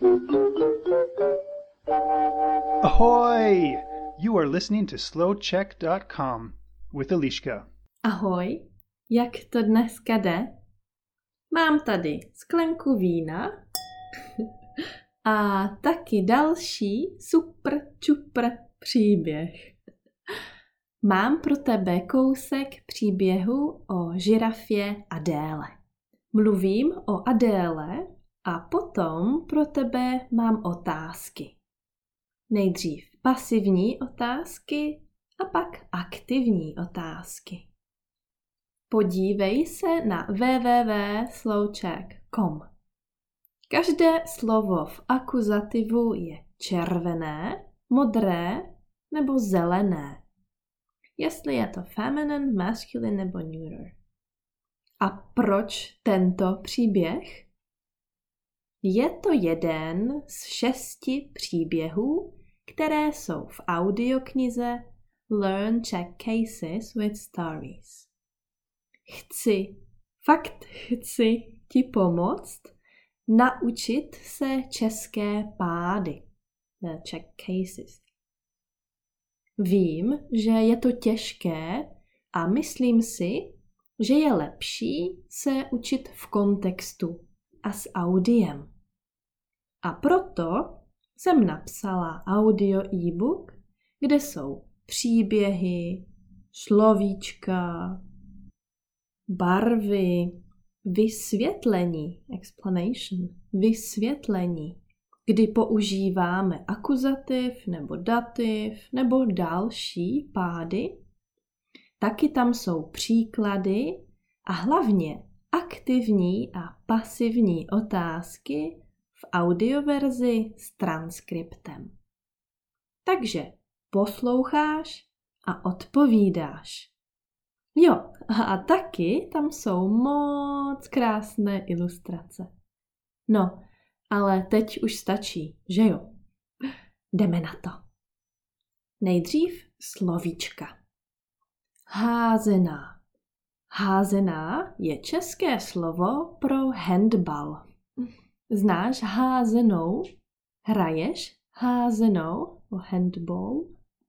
Ahoy! You are listening to slowcheck.com with Eliška. Ahoj, jak to dneska jde? Mám tady sklenku vína a taky další super příběh. Mám pro tebe kousek příběhu o žirafě Adéle. Mluvím o Adéle a potom pro tebe mám otázky. Nejdřív pasivní otázky a pak aktivní otázky. Podívej se na www.slowcheck.com. Každé slovo v akuzativu je červené, modré nebo zelené. Jestli je to feminine, masculine nebo neuter. A proč tento příběh? Je to jeden z 6 příběhů, které jsou v audioknize Learn Czech Cases with Stories. Chci ti pomoct naučit se české pády. Czech cases. Vím, že je to těžké a myslím si, že je lepší se učit v kontextu a s audiem. A proto jsem napsala audio e-book, kde jsou příběhy, slovíčka, barvy, vysvětlení, kdy používáme akuzativ nebo dativ nebo další pády. Taky tam jsou příklady a hlavně aktivní a pasivní otázky v audioverzi s transkriptem. Takže posloucháš a odpovídáš. Jo, a taky tam jsou moc krásné ilustrace. No, ale teď už stačí, že jo? Jdeme na to. Nejdřív slovíčka. Házená. Házená je české slovo pro handbal. Znáš házenou? Hraješ házenou o handball?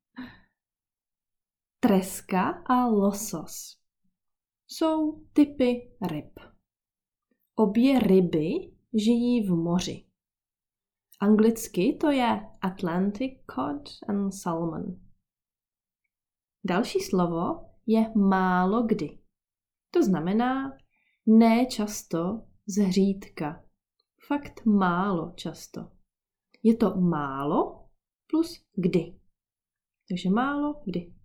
Treska a losos jsou typy ryb. Obě ryby žijí v moři. Anglicky to je Atlantic cod and salmon. Další slovo je málo kdy. To znamená ne často, zřídka. Fakt málo často. Je to málo plus kdy. Takže málo kdy.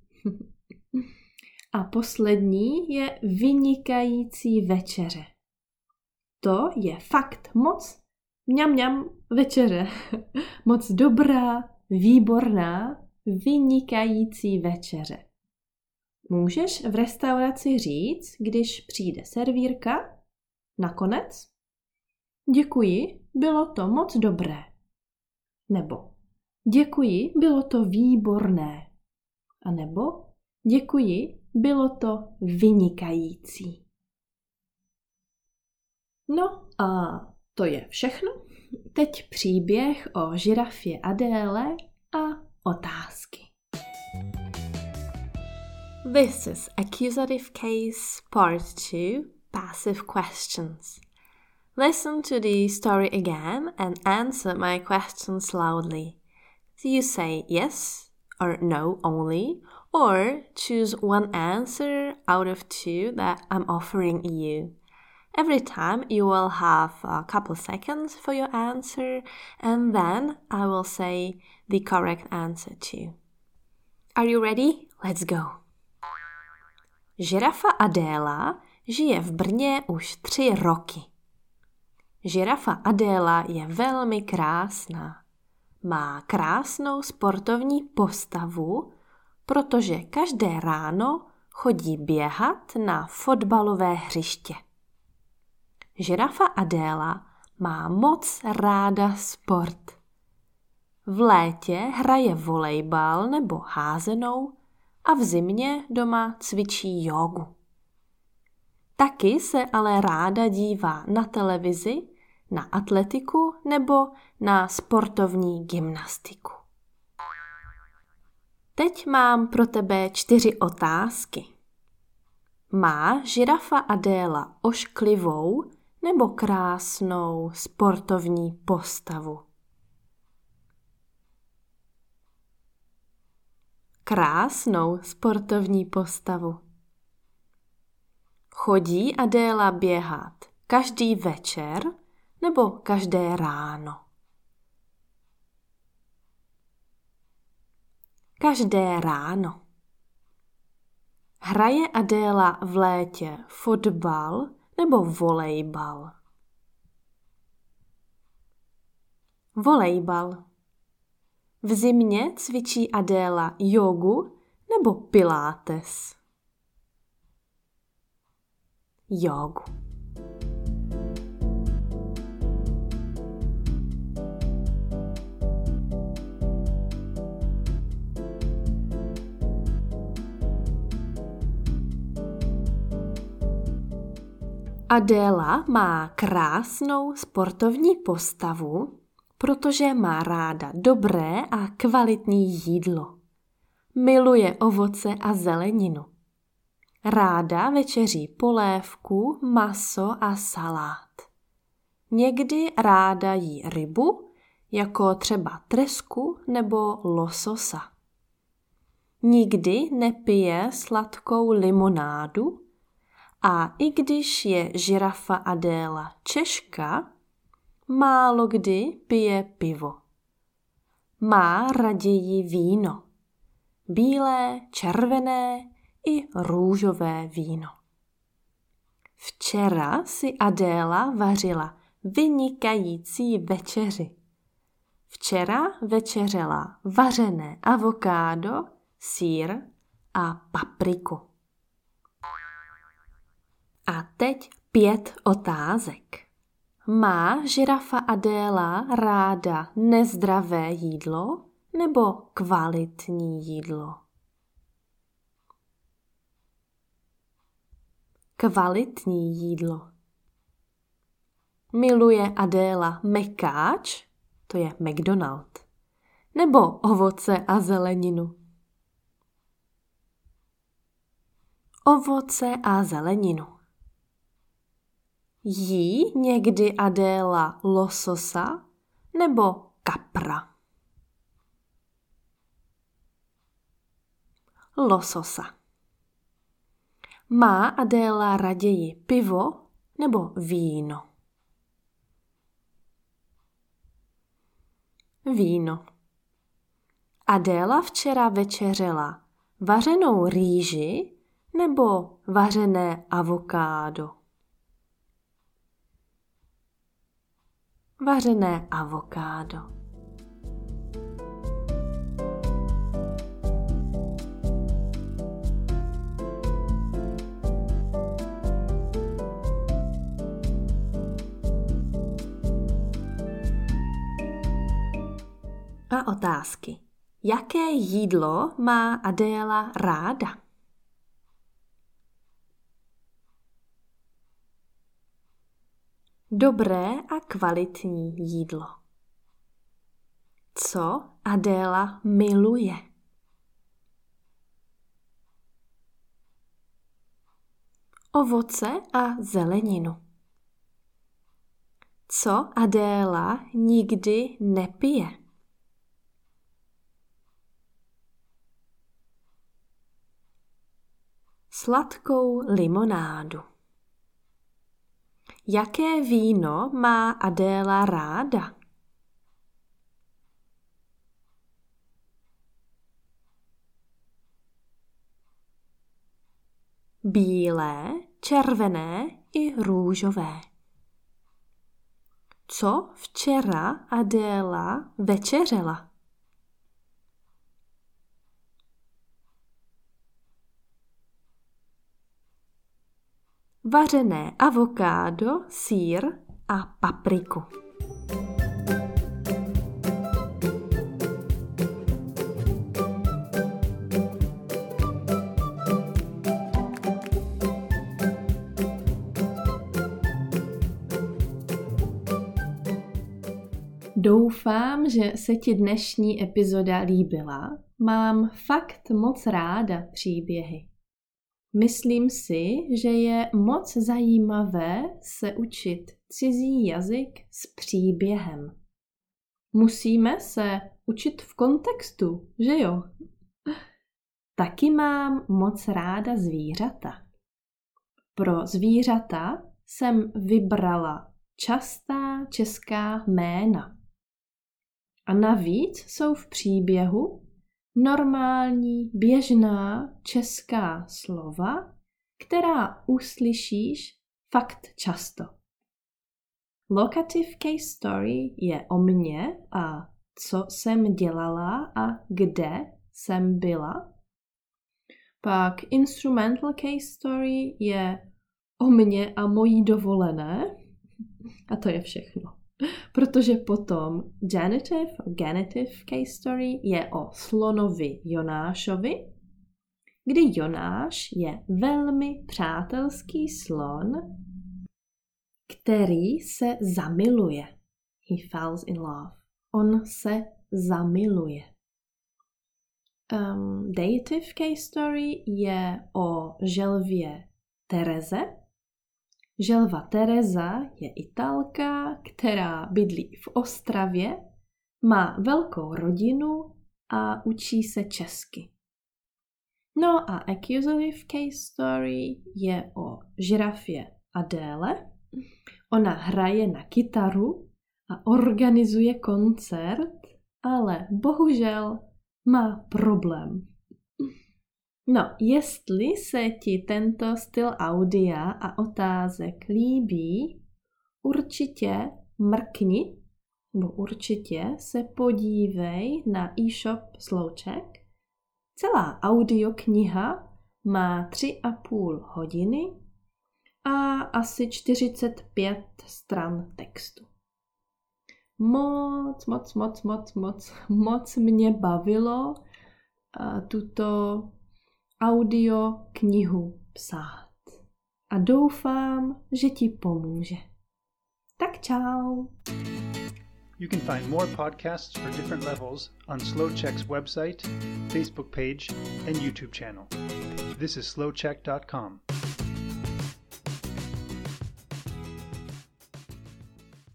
A poslední je vynikající večeře. To je fakt moc mňam večeře. Moc dobrá, výborná, vynikající večeře. Můžeš v restauraci říct, když přijde servírka, nakonec? Děkuji, bylo to moc dobré. Nebo děkuji, bylo to výborné. A nebo děkuji, bylo to vynikající. No a to je všechno. Teď příběh o žirafě Adéle a otázky. This is Accusative Case Part 2, Passive Questions. Listen to the story again and answer my questions loudly. So you say yes or no only, or choose one answer out of 2 that I'm offering you. Every time you will have a couple seconds for your answer, and then I will say the correct answer too. Are you ready? Let's go. Žirafa Adéla žije v Brně už 3 roky. Žirafa Adéla je velmi krásná. Má krásnou sportovní postavu, protože každé ráno chodí běhat na fotbalové hřiště. Žirafa Adéla má moc ráda sport. V létě hraje volejbal nebo házenou a v zimě doma cvičí jógu. Taky se ale ráda dívá na televizi na atletiku nebo na sportovní gymnastiku? Teď mám pro tebe 4 otázky. Má žirafa Adéla ošklivou nebo krásnou sportovní postavu? Krásnou sportovní postavu. Chodí Adéla běhat každý večer nebo každé ráno? Každé ráno. Hraje Adéla v létě fotbal nebo volejbal? Volejbal. V zimě cvičí Adéla jogu nebo pilates? Jogu. Adéla má krásnou sportovní postavu, protože má ráda dobré a kvalitní jídlo. Miluje ovoce a zeleninu. Ráda večeří polévku, maso a salát. Někdy ráda jí rybu, jako třeba tresku nebo lososa. Nikdy nepije sladkou limonádu a i když je žirafa Adéla Češka, málo kdy pije pivo. Má raději víno. Bílé, červené i růžové víno. Včera si Adéla vařila vynikající večeři. Včera večeřela vařené avokádo, sýr a papriku. A teď 5 otázek. Má žirafa Adéla ráda nezdravé jídlo nebo kvalitní jídlo? Kvalitní jídlo. Miluje Adéla mekáč, to je McDonald, nebo ovoce a zeleninu? Ovoce a zeleninu. Jí někdy Adéla lososa nebo kapra? Lososa. Má Adéla raději pivo nebo víno? Víno. Adéla včera večeřela vařenou rýži nebo vařené avokádo? Vařené avokádo. A otázky. Jaké jídlo má Adéla ráda? Dobré a kvalitní jídlo. Co Adéla miluje? Ovoce a zeleninu. Co Adéla nikdy nepije? Sladkou limonádu. Jaké víno má Adéla ráda? Bílé, červené i růžové. Co včera Adéla večeřela? Vařené avokádo, sýr a papriku. Doufám, že se ti dnešní epizoda líbila. Mám fakt moc ráda příběhy. Myslím si, že je moc zajímavé se učit cizí jazyk s příběhem. Musíme se učit v kontextu, že jo? Taky mám moc ráda zvířata. Pro zvířata jsem vybrala častá česká jména. A navíc jsou v příběhu normální, běžná česká slova, která uslyšíš fakt často. Locative case story je o mně a co jsem dělala a kde jsem byla. Pak instrumental case story je o mně a mojí dovolené. A to je všechno. Protože potom genitive case story je o slonovi Jonášovi, kdy Jonáš je velmi přátelský slon, který se zamiluje. He falls in love. On se zamiluje. Dative case story je o želvě Tereze. Želva Tereza je Italka, která bydlí v Ostravě, má velkou rodinu a učí se česky. No a accusative case story je o žirafě Adéle. Ona hraje na kytaru a organizuje koncert, ale bohužel má problém. No, jestli se ti tento styl audia a otázek líbí, určitě mrkni, nebo určitě se podívej na e-shop Slouček. Celá audiokniha má 3,5 hodiny a asi 45 stran textu. Moc mě bavilo tuto audio knihu psát. A doufám, že ti pomůže. Tak čau. You can find more podcasts for different levels on SlowCheck's website, Facebook page, and YouTube channel. This is slowcheck.com.